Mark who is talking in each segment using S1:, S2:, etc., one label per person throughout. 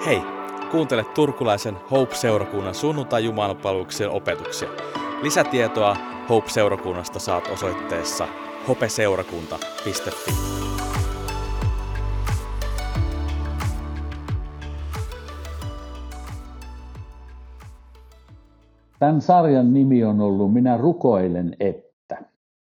S1: Hei, kuuntele turkulaisen Hope-seurakunnan sunnuntai-jumalanpalveluksen opetuksia. Lisätietoa Hope-seurakunnasta saat osoitteessa hopeseurakunta.fi.
S2: Tämän sarjan nimi on ollut Minä rukoilen että.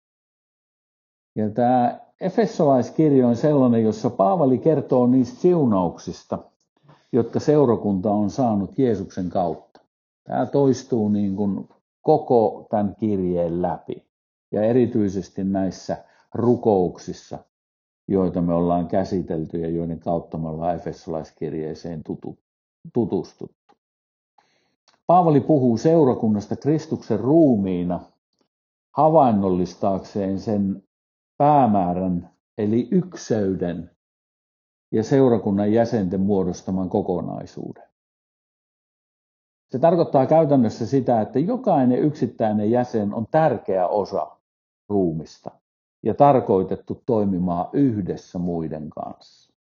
S2: Ja tämä Efesolaiskirja on sellainen, jossa Paavali kertoo niistä siunauksista, jotka seurakunta on saanut Jeesuksen kautta. Tämä toistuu niin kuin koko tämän kirjeen läpi ja erityisesti näissä rukouksissa, joita me ollaan käsitelty ja joiden kautta me ollaan Efesolaiskirjeeseen tutustuttu. Paavali puhuu seurakunnasta Kristuksen ruumiina havainnollistaakseen sen päämäärän eli ykseyden ja seurakunnan jäsenten muodostaman kokonaisuuden. Se tarkoittaa käytännössä sitä, että jokainen yksittäinen jäsen on tärkeä osa ruumista ja tarkoitettu toimimaan yhdessä muiden kanssa.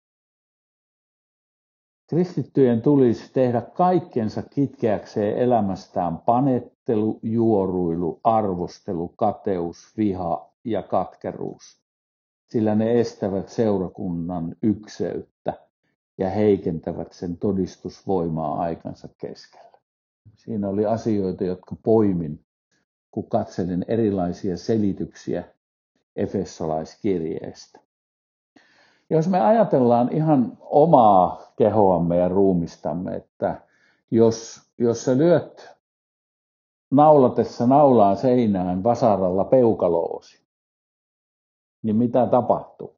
S2: Kristittyjen tulisi tehdä kaikkensa kitkeäkseen elämästään panettelu, juoruilu, arvostelu, kateus, viha ja katkeruus, sillä ne estävät seurakunnan ykseyttä ja heikentävät sen todistusvoimaa aikansa keskellä. Siinä oli asioita, jotka poimin, kun katselin erilaisia selityksiä Efesolaiskirjeestä. Jos me ajatellaan ihan omaa kehoamme ja ruumistamme, että jos sä lyöt naulatessa naulaa seinään vasaralla peukaloosi, niin mitä tapahtuu?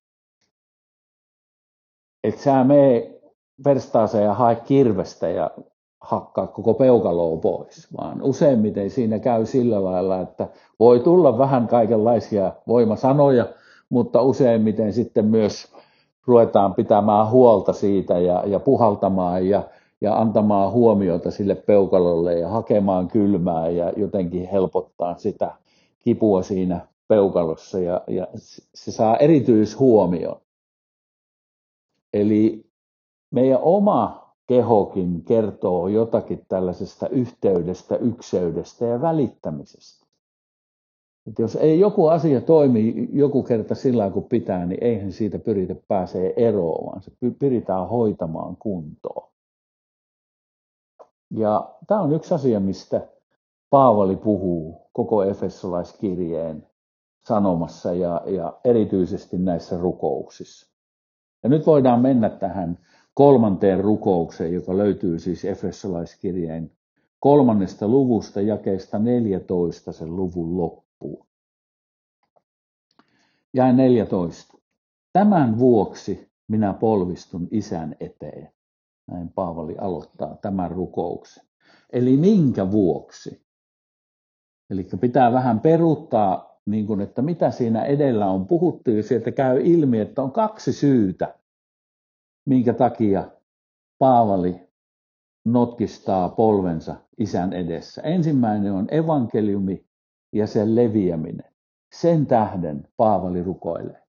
S2: Et sä mene verstaaseen ja hae kirvestä ja hakkaa koko peukaloo pois, vaan useimmiten siinä käy sillä lailla, että voi tulla vähän kaikenlaisia voimasanoja, mutta useimmiten sitten myös ruvetaan pitämään huolta siitä ja puhaltamaan ja antamaan huomiota sille peukalolle ja hakemaan kylmää ja jotenkin helpottaa sitä kipua siinä peukalossa ja se saa erityishuomion. Eli meidän oma kehokin kertoo jotakin tällaisesta yhteydestä, ykseydestä ja välittämisestä. Että jos ei joku asia toimi joku kerta sillä kun pitää, niin eihän siitä pyritä pääsee eroon, vaan se pyritään hoitamaan kuntoon. Ja tämä on yksi asia, mistä Paavali puhuu koko Efesolaiskirjeen sanomassa ja erityisesti näissä rukouksissa. Ja nyt voidaan mennä tähän 3. rukoukseen, joka löytyy siis Efesolaiskirjeen 3. luvusta jakeesta 14 sen luvun loppuun. Jae 14. Tämän vuoksi minä polvistun Isän eteen. Näin Paavali aloittaa tämän rukouksen. Eli minkä vuoksi? Eli pitää vähän peruuttaa, niin kuin, että mitä siinä edellä on puhuttu, ja sieltä käy ilmi, että on 2 syytä, minkä takia Paavali notkistaa polvensa Isän edessä. Ensimmäinen on evankeliumi ja sen leviäminen. Sen tähden Paavali rukoilee.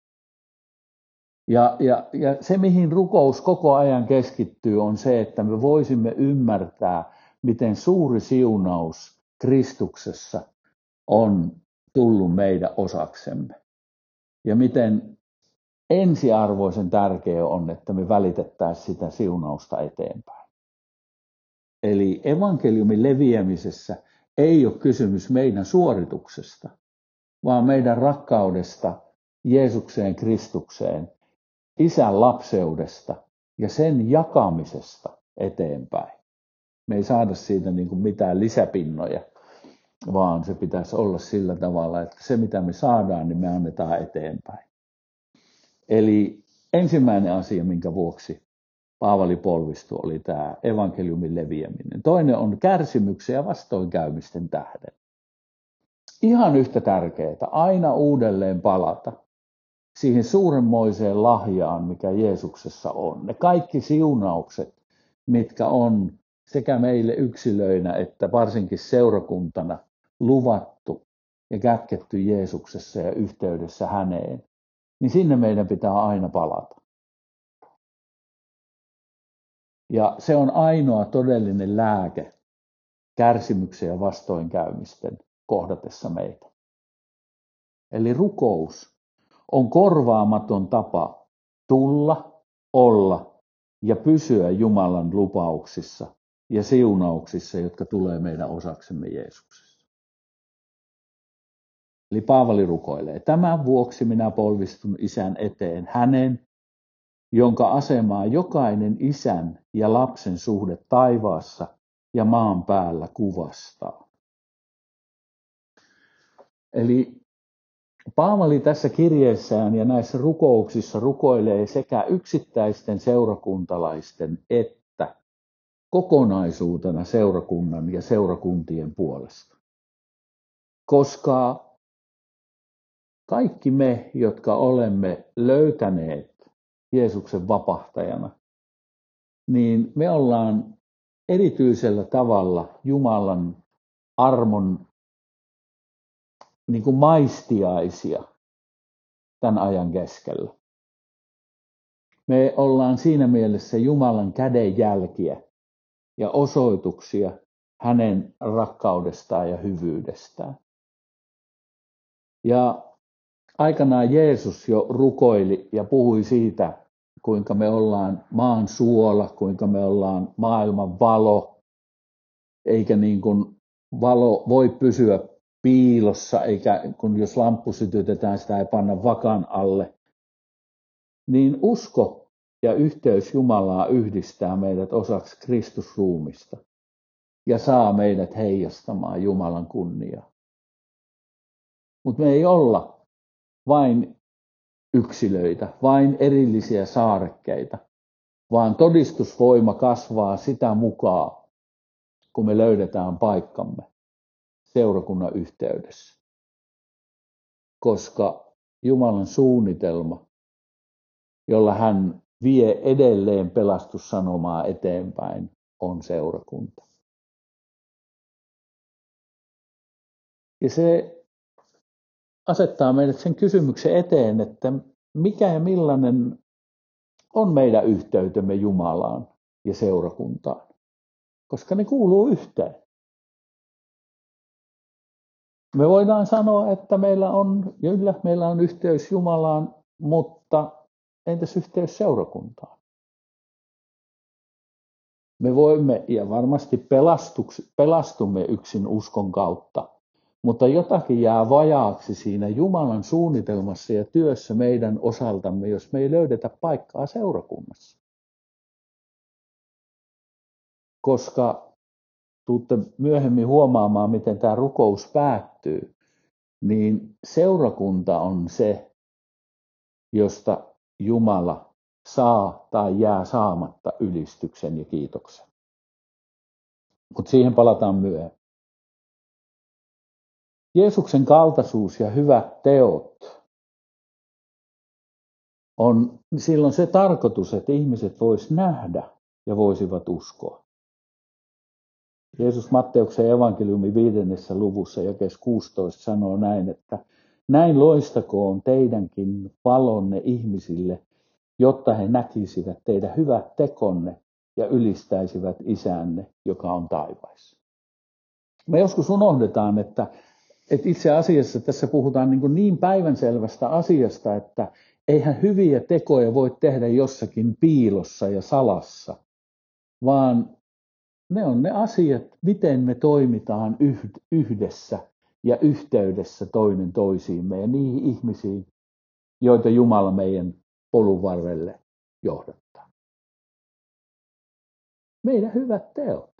S2: Ja se, mihin rukous koko ajan keskittyy, on se, että me voisimme ymmärtää, miten suuri siunaus Kristuksessa on tullut meidän osaksemme. Ja miten ensiarvoisen tärkeää on, että me välitettäisiin sitä siunausta eteenpäin. Eli evankeliumin leviämisessä ei ole kysymys meidän suorituksesta, vaan meidän rakkaudesta Jeesukseen Kristukseen, Isän lapseudesta ja sen jakamisesta eteenpäin. Me ei saada siitä niin kuin mitään lisäpinnoja, vaan se pitäisi olla sillä tavalla, että se mitä me saadaan, niin me annetaan eteenpäin. Eli ensimmäinen asia, minkä vuoksi Paavali polvistui, oli tämä evankeliumin leviäminen. Toinen on kärsimyksen ja vastoinkäymisten tähden. Ihan yhtä tärkeää aina uudelleen palata siihen suuremmoiseen lahjaan, mikä Jeesuksessa on. Ne kaikki siunaukset, mitkä on sekä meille yksilöinä että varsinkin seurakuntana luvattu ja kätketty Jeesuksessa ja yhteydessä häneen, niin sinne meidän pitää aina palata. Ja se on ainoa todellinen lääke kärsimyksen ja vastoinkäymisten kohdatessa meitä. Eli rukous on korvaamaton tapa tulla, olla ja pysyä Jumalan lupauksissa ja siunauksissa, jotka tulee meidän osaksemme Jeesuksessa. Eli Paavali rukoilee, tämän vuoksi minä polvistun Isän eteen, hänen, jonka asemaa jokainen isän ja lapsen suhde taivaassa ja maan päällä kuvastaa. Eli Paavali tässä kirjeessään ja näissä rukouksissa rukoilee sekä yksittäisten seurakuntalaisten että kokonaisuutena seurakunnan ja seurakuntien puolesta. Koska kaikki me, jotka olemme löytäneet Jeesuksen vapahtajana, niin me ollaan erityisellä tavalla Jumalan armon niin kuin maistiaisia tämän ajan keskellä. Me ollaan siinä mielessä Jumalan kädenjälkiä ja osoituksia hänen rakkaudestaan ja hyvyydestään. Ja aikanaan Jeesus jo rukoili ja puhui siitä, kuinka me ollaan maan suola, kuinka me ollaan maailman valo, eikä niin kuin valo voi pysyä piilossa, eikä kun jos lamppu sytytetään, sitä ei panna vakan alle. Niin usko ja yhteys Jumalaa yhdistää meidät osaksi Kristusruumista ja saa meidät heijastamaan Jumalan kunniaa. Mutta me ei olla vain yksilöitä, vain erillisiä saarekkeita, vaan todistusvoima kasvaa sitä mukaan, kun me löydetään paikkamme seurakunnan yhteydessä. Koska Jumalan suunnitelma, jolla hän vie edelleen pelastussanomaa eteenpäin, on seurakunta. Ja se asettaa meidät sen kysymyksen eteen, että mikä ja millainen on meidän yhteytemme Jumalaan ja seurakuntaan, koska ne kuuluu yhteen. Me voidaan sanoa, että meillä on yhteys Jumalaan, mutta entäs yhteys seurakuntaan? Me voimme ja varmasti pelastumme yksin uskon kautta, mutta jotakin jää vajaaksi siinä Jumalan suunnitelmassa ja työssä meidän osaltamme, jos me ei löydetä paikkaa seurakunnassa. Koska tuutte myöhemmin huomaamaan, miten tämä rukous päättyy, niin seurakunta on se, josta Jumala saa tai jää saamatta ylistyksen ja kiitoksen. Mutta siihen palataan myöhemmin. Jeesuksen kaltaisuus ja hyvät teot on silloin se tarkoitus, että ihmiset vois nähdä ja voisivat uskoa. Jeesus Matteuksen evankeliumin 5. luvussa jakeessa 16 sanoo näin, että näin loistakoon teidänkin valonne ihmisille, jotta he näkisivät teidän hyvät tekonne ja ylistäisivät Isänne, joka on taivaissa. Me joskus unohdetaan, että itse asiassa tässä puhutaan niin päivänselvästä asiasta, että eihän hyviä tekoja voi tehdä jossakin piilossa ja salassa, vaan ne on ne asiat, miten me toimitaan yhdessä ja yhteydessä toinen toisiimme ja niihin ihmisiin, joita Jumala meidän polun varrelle johdattaa. Meidän hyvät teot.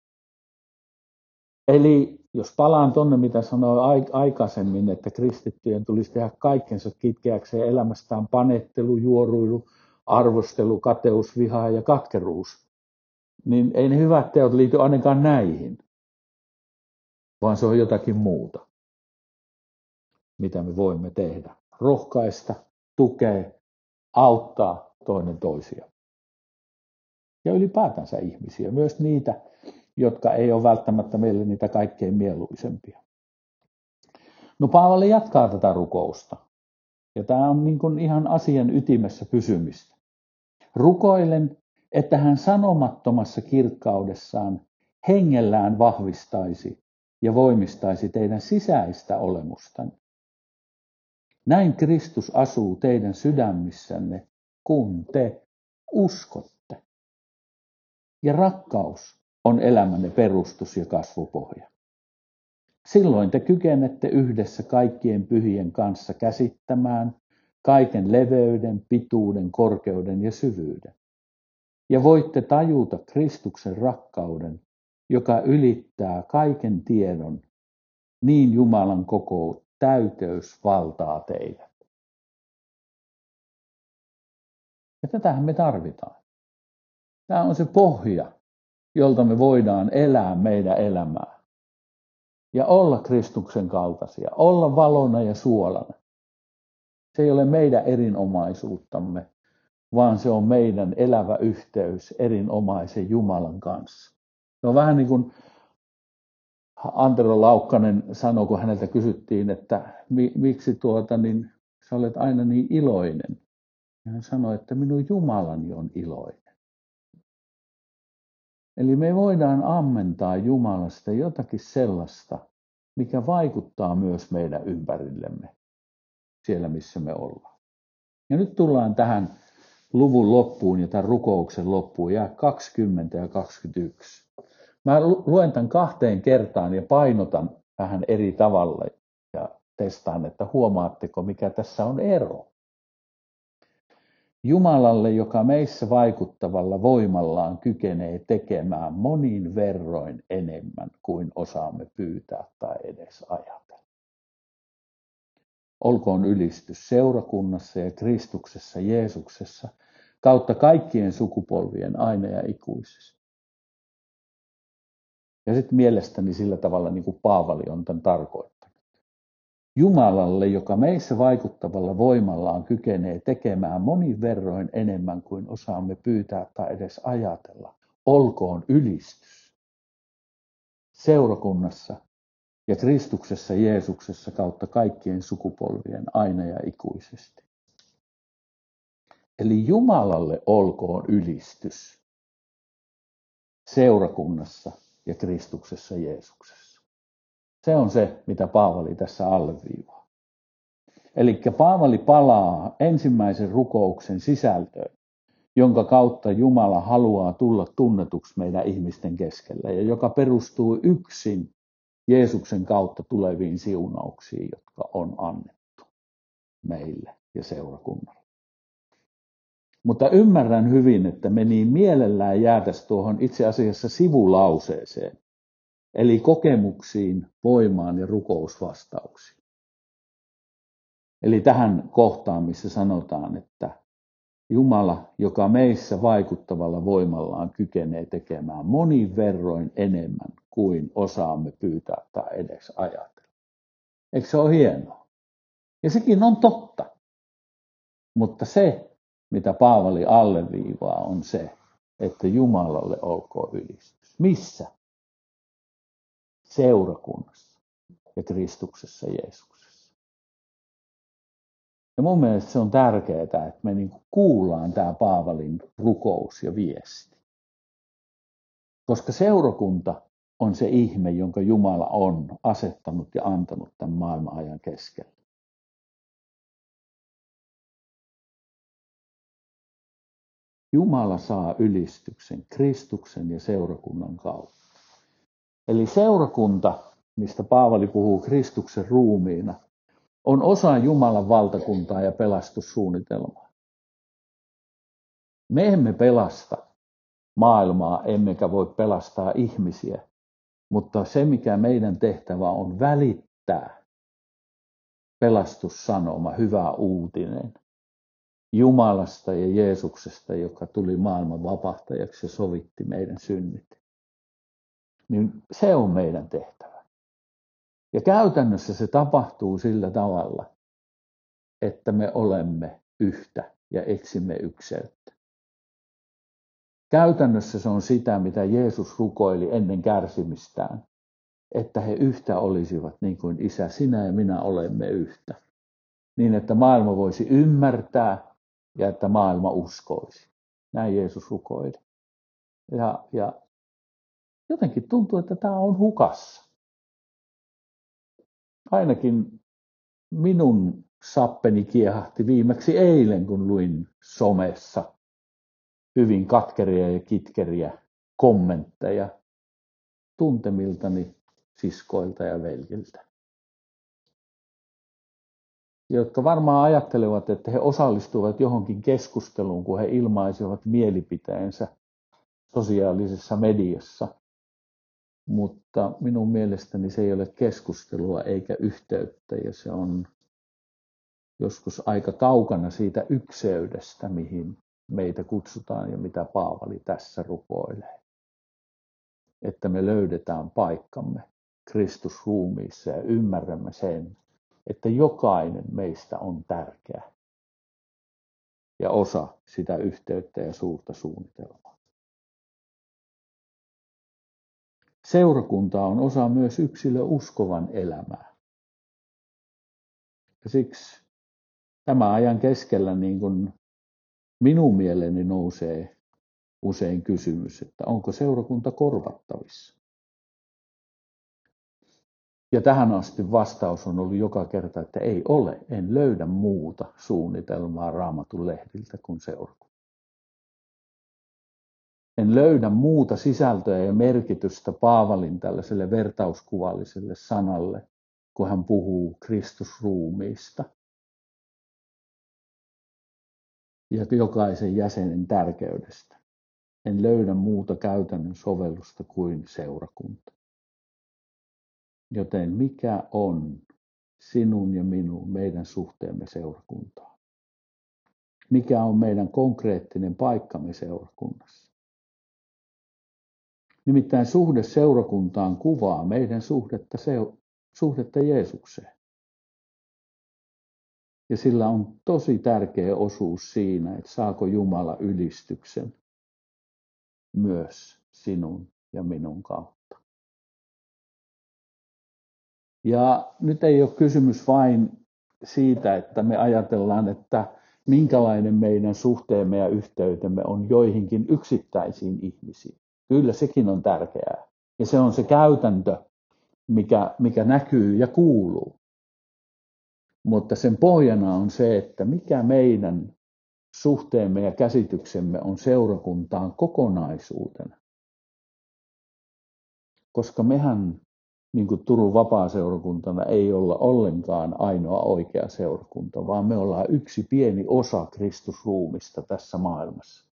S2: Eli jos palaan tuonne, mitä sanoin aikaisemmin, että kristittyjen tulisi tehdä kaikkensa kitkeäkseen elämästään panettelu, juoruilu, arvostelu, kateus, viha ja katkeruus, niin ei ne hyvät teot liity ainakaan näihin, vaan se on jotakin muuta, mitä me voimme tehdä. Rohkaista, tukea, auttaa toinen toisia. Ja ylipäätänsä ihmisiä, myös niitä, jotka ei ole välttämättä meille niitä kaikkein mieluisempia. No Paavali jatkaa tätä rukousta. Ja tämä on niin kuin ihan asian ytimessä pysymistä. Rukoilen, että hän sanomattomassa kirkkaudessaan hengellään vahvistaisi ja voimistaisi teidän sisäistä olemustanne. Näin Kristus asuu teidän sydämissänne, kun te uskotte. Ja rakkaus on elämänne perustus ja kasvupohja. Silloin te kykenette yhdessä kaikkien pyhien kanssa käsittämään kaiken leveyden, pituuden, korkeuden ja syvyyden. Ja voitte tajuta Kristuksen rakkauden, joka ylittää kaiken tiedon, niin Jumalan koko täyteys valtaa teidät. Ja tätähän me tarvitaan. Tämä on se pohja, jolta me voidaan elää meidän elämää. Ja olla Kristuksen kaltaisia, olla valona ja suolana. Se ei ole meidän erinomaisuuttamme, vaan se on meidän elävä yhteys erinomaisen Jumalan kanssa. Se on vähän niin kuin Antero Laukkanen sanoi, kun häneltä kysyttiin, että miksi sä olet aina niin iloinen. Ja hän sanoi, että minun Jumalani on iloinen. Eli me voidaan ammentaa Jumalasta jotakin sellaista, mikä vaikuttaa myös meidän ympärillemme, siellä missä me ollaan. Ja nyt tullaan tähän luvun loppuun ja tämän rukouksen loppuun, jää 20 ja 21. Mä luen tämän 2 kertaan ja painotan vähän eri tavalla ja testaan, että huomaatteko, mikä tässä on ero. Jumalalle, joka meissä vaikuttavalla voimallaan kykenee tekemään monin verroin enemmän kuin osaamme pyytää tai edes ajatella. Olkoon ylistys seurakunnassa ja Kristuksessa Jeesuksessa kautta kaikkien sukupolvien aina ja ikuisesti. Ja sitten mielestäni sillä tavalla, niin kuin Paavali on tämän tarkoittanut. Jumalalle, joka meissä vaikuttavalla voimallaan kykenee tekemään monin verroin enemmän kuin osaamme pyytää tai edes ajatella, olkoon ylistys seurakunnassa ja Kristuksessa Jeesuksessa kautta kaikkien sukupolvien aina ja ikuisesti. Eli Jumalalle olkoon ylistys seurakunnassa ja Kristuksessa Jeesuksessa. Se on se, mitä Paavali tässä alleviivaa. Eli Paavali palaa ensimmäisen rukouksen sisältöön, jonka kautta Jumala haluaa tulla tunnetuksi meidän ihmisten keskellä ja joka perustuu yksin Jeesuksen kautta tuleviin siunauksiin, jotka on annettu meille ja seurakunnalle. Mutta ymmärrän hyvin, että me niin mielellään jäätäisiin tuohon itse asiassa sivulauseeseen, eli kokemuksiin, voimaan ja rukousvastauksiin. Eli tähän kohtaan, missä sanotaan, että Jumala, joka meissä vaikuttavalla voimallaan kykenee tekemään monin verroin enemmän kuin osaamme pyytää tai edes ajatella. Eikö se ole hienoa? Ja sekin on totta. Mutta se, mitä Paavali alleviivaa, on se, että Jumalalle olkoon ylistys. Missä? Seurakunnassa ja Kristuksessa Jeesuksessa. Ja mun mielestä se on tärkeää, että me kuullaan tämä Paavalin rukous ja viesti. Koska seurakunta on se ihme, jonka Jumala on asettanut ja antanut tämän maailman-ajan keskellä. Jumala saa ylistyksen Kristuksen ja seurakunnan kautta. Eli seurakunta, mistä Paavali puhuu Kristuksen ruumiina, on osa Jumalan valtakuntaa ja pelastussuunnitelmaa. Me emme pelasta maailmaa, emmekä voi pelastaa ihmisiä, mutta se mikä meidän tehtävä on välittää pelastussanoma, hyvä uutinen Jumalasta ja Jeesuksesta, joka tuli maailman vapahtajaksi ja sovitti meidän synnit. Niin se on meidän tehtävä. Ja käytännössä se tapahtuu sillä tavalla, että me olemme yhtä ja etsimme ykseyttä. Käytännössä se on sitä, mitä Jeesus rukoili ennen kärsimistään, että he yhtä olisivat niin kuin Isä, sinä ja minä olemme yhtä. Niin, että maailma voisi ymmärtää ja että maailma uskoisi. Näin Jeesus rukoili. Ja jotenkin tuntuu, että tämä on hukassa. Ainakin minun sappeni kiehahti viimeksi eilen, kun luin somessa hyvin katkeria ja kitkeriä kommentteja tuntemiltani siskoilta ja veljiltä, jotka varmaan ajattelevat, että he osallistuvat johonkin keskusteluun, kun he ilmaisivat mielipiteensä sosiaalisessa mediassa. Mutta minun mielestäni se ei ole keskustelua eikä yhteyttä, ja se on joskus aika kaukana siitä ykseydestä, mihin meitä kutsutaan ja mitä Paavali tässä rukoilee. Että me löydetään paikkamme Kristusruumiissa ja ymmärrämme sen, että jokainen meistä on tärkeä ja osa sitä yhteyttä ja suurta suunnitelmaa. Seurakunta on osa myös yksilön uskovan elämää. Ja siksi tämän ajan keskellä niin kuin minun mieleeni nousee usein kysymys, että onko seurakunta korvattavissa? Ja tähän asti vastaus on ollut joka kerta, että ei ole. En löydä muuta suunnitelmaa Raamatun lehdiltä kuin seurakunta. En löydä muuta sisältöä ja merkitystä Paavalin tällaiselle vertauskuvalliselle sanalle, kun hän puhuu Kristusruumiista ja jokaisen jäsenen tärkeydestä. En löydä muuta käytännön sovellusta kuin seurakunta. Joten mikä on sinun ja minun, meidän suhteemme seurakuntaan? Mikä on meidän konkreettinen paikkamme seurakunnassa? Nimittäin suhde seurakuntaan kuvaa meidän suhdetta Jeesukseen. Ja sillä on tosi tärkeä osuus siinä, että saako Jumala ylistyksen myös sinun ja minun kautta. Ja nyt ei ole kysymys vain siitä, että me ajatellaan, että minkälainen meidän suhteemme ja yhteytemme on joihinkin yksittäisiin ihmisiin. Kyllä sekin on tärkeää. Ja se on se käytäntö, mikä näkyy ja kuuluu. Mutta sen pohjana on se, että mikä meidän suhteemme ja käsityksemme on seurakuntaan kokonaisuutena. Koska mehän, niin kuin Turun vapaaseurakuntana, ei olla ollenkaan ainoa oikea seurakunta, vaan me ollaan yksi pieni osa Kristusruumista tässä maailmassa.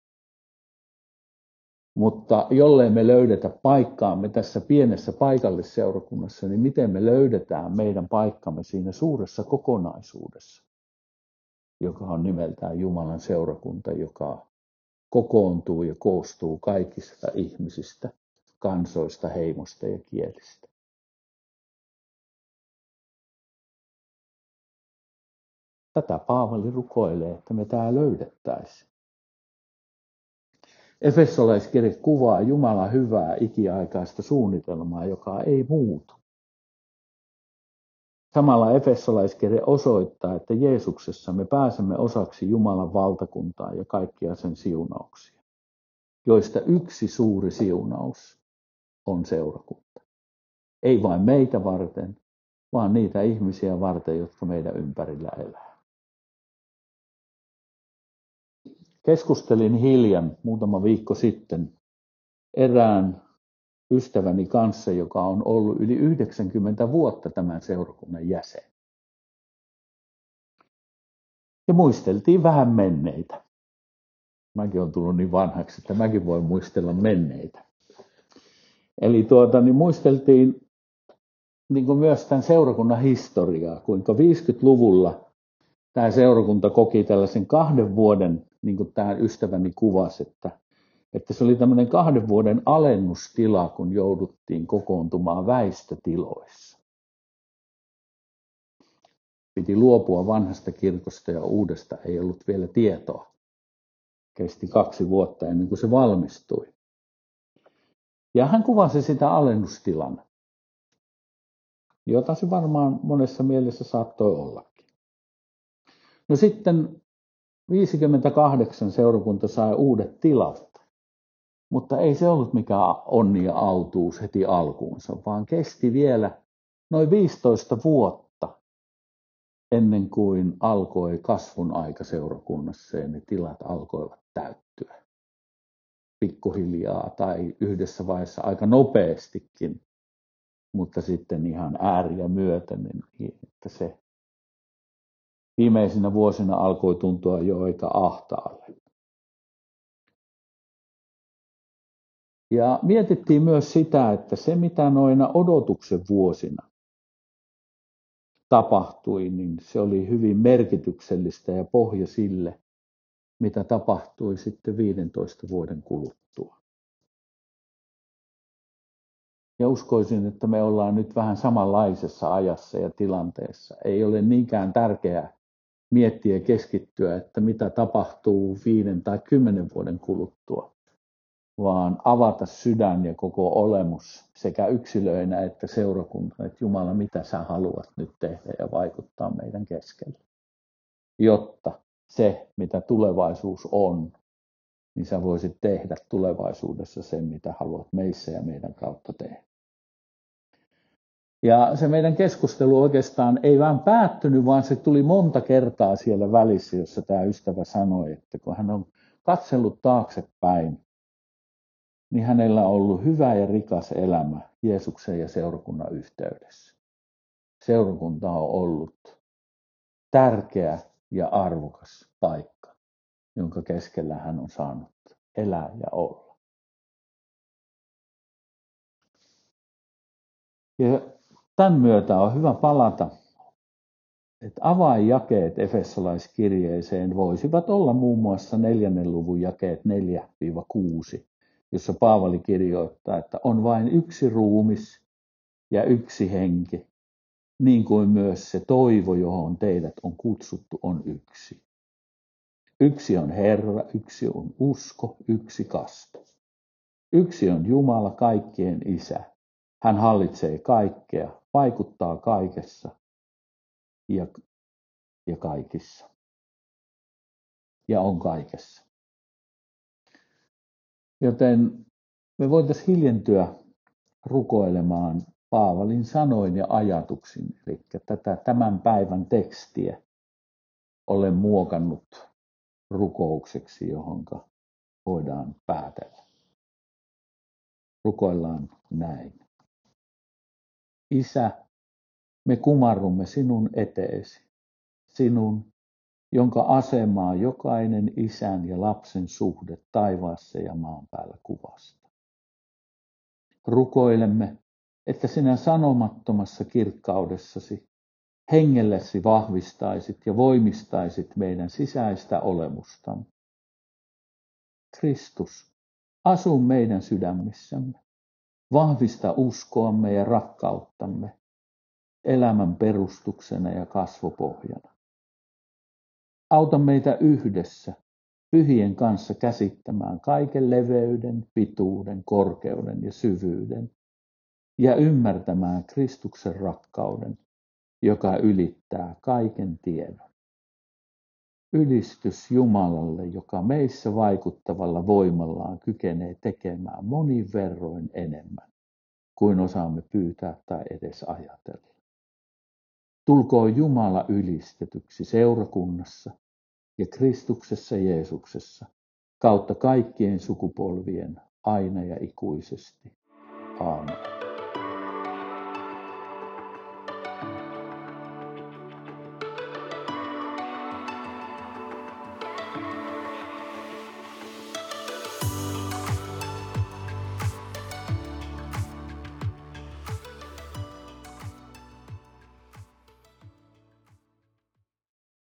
S2: Mutta jollei me löydetä paikkaamme tässä pienessä paikallisseurakunnassa, niin miten me löydetään meidän paikkamme siinä suuressa kokonaisuudessa, joka on nimeltään Jumalan seurakunta, joka kokoontuu ja koostuu kaikista ihmisistä, kansoista, heimosta ja kielistä. Tätä Paavali rukoilee, että me tämä löydettäisiin. Efesolaiskirje kuvaa Jumalan hyvää ikiaikaista suunnitelmaa, joka ei muutu. Samalla Efesolaiskirje osoittaa, että Jeesuksessa me pääsemme osaksi Jumalan valtakuntaa ja kaikkia sen siunauksia, joista yksi suuri siunaus on seurakunta. Ei vain meitä varten, vaan niitä ihmisiä varten, jotka meidän ympärillä elää. Keskustelin hiljan muutama viikko sitten erään ystäväni kanssa, joka on ollut yli 90 vuotta tämän seurakunnan jäsen. Ja muisteltiin vähän menneitä. Mäkin olen tullut niin vanhaksi, että mäkin voin muistella menneitä. Eli muisteltiin niin kuin myös tämän seurakunnan historiaa, kuinka 50-luvulla tämä seurakunta koki tällaisen 2 vuoden, niin kuin tämä ystäväni kuvasi, että se oli tämmöinen 2 vuoden alennustila, kun jouduttiin kokoontumaan väistötiloissa. Piti luopua vanhasta kirkosta ja uudesta ei ollut vielä tietoa. Kesti 2 vuotta ennen kuin se valmistui. Ja hän kuvasi sitä alennustilana, jota se varmaan monessa mielessä saattoi ollakin. No sitten 58 seurakunta sai uudet tilat, mutta ei se ollut mikään onni ja autuus heti alkuunsa, vaan kesti vielä noin 15 vuotta ennen kuin alkoi kasvun aika seurakunnassa ja ne tilat alkoivat täyttyä. Pikkuhiljaa tai yhdessä vaiheessa aika nopeastikin, mutta sitten ihan ääriä myöten, niin että se viimeisinä vuosina alkoi tuntua jo aika ahtaalle. Ja mietittiin myös sitä, että se mitä noina odotuksen vuosina tapahtui, niin se oli hyvin merkityksellistä ja pohja sille, mitä tapahtui sitten 15 vuoden kuluttua. Ja uskoisin, että me ollaan nyt vähän samanlaisessa ajassa ja tilanteessa. Ei ole niinkään tärkeää miettiä ja keskittyä, että mitä tapahtuu 5 tai 10 vuoden kuluttua, vaan avata sydän ja koko olemus sekä yksilöinä että seurakuntana, että Jumala, mitä sä haluat nyt tehdä ja vaikuttaa meidän keskelle. Jotta se, mitä tulevaisuus on, niin sä voisit tehdä tulevaisuudessa sen, mitä haluat meissä ja meidän kautta tehdä. Ja se meidän keskustelu oikeastaan ei vaan päättynyt, vaan se tuli monta kertaa siellä välissä, jossa tämä ystävä sanoi, että kun hän on katsellut taaksepäin, niin hänellä on ollut hyvä ja rikas elämä Jeesuksen ja seurakunnan yhteydessä. Seurakunta on ollut tärkeä ja arvokas paikka, jonka keskellä hän on saanut elää ja olla. Ja tämän myötä on hyvä palata, että avainjakeet Efesolaiskirjeeseen voisivat olla muun muassa 4. luvun jakeet 4-6, jossa Paavali kirjoittaa, että on vain yksi ruumis ja yksi henki, niin kuin myös se toivo, johon teidät on kutsuttu, on yksi. Yksi on Herra, yksi on usko, yksi kasto. Yksi on Jumala, kaikkien Isä. Hän hallitsee kaikkea, vaikuttaa kaikessa ja kaikissa. Ja on kaikessa. Joten me voitaisiin hiljentyä rukoilemaan Paavalin sanoin ja ajatuksin. Eli tätä tämän päivän tekstiä olen muokannut rukoukseksi, johonka voidaan päätellä. Rukoillaan näin. Isä, me kumarrumme sinun eteesi, sinun, jonka asemaa jokainen isän ja lapsen suhde taivaassa ja maan päällä kuvasta. Rukoilemme, että sinä sanomattomassa kirkkaudessasi hengellesi vahvistaisit ja voimistaisit meidän sisäistä olemustamme. Kristus, asu meidän sydämissämme, vahvista uskoamme ja rakkauttamme elämän perustuksena ja kasvopohjana. Auta meitä yhdessä pyhien kanssa käsittämään kaiken leveyden, pituuden, korkeuden ja syvyyden ja ymmärtämään Kristuksen rakkauden, joka ylittää kaiken tiedon. Ylistys Jumalalle, joka meissä vaikuttavalla voimallaan kykenee tekemään monin verroin enemmän kuin osaamme pyytää tai edes ajatella. Tulkoon Jumala ylistetyksi seurakunnassa ja Kristuksessa Jeesuksessa kautta kaikkien sukupolvien aina ja ikuisesti. Aamen.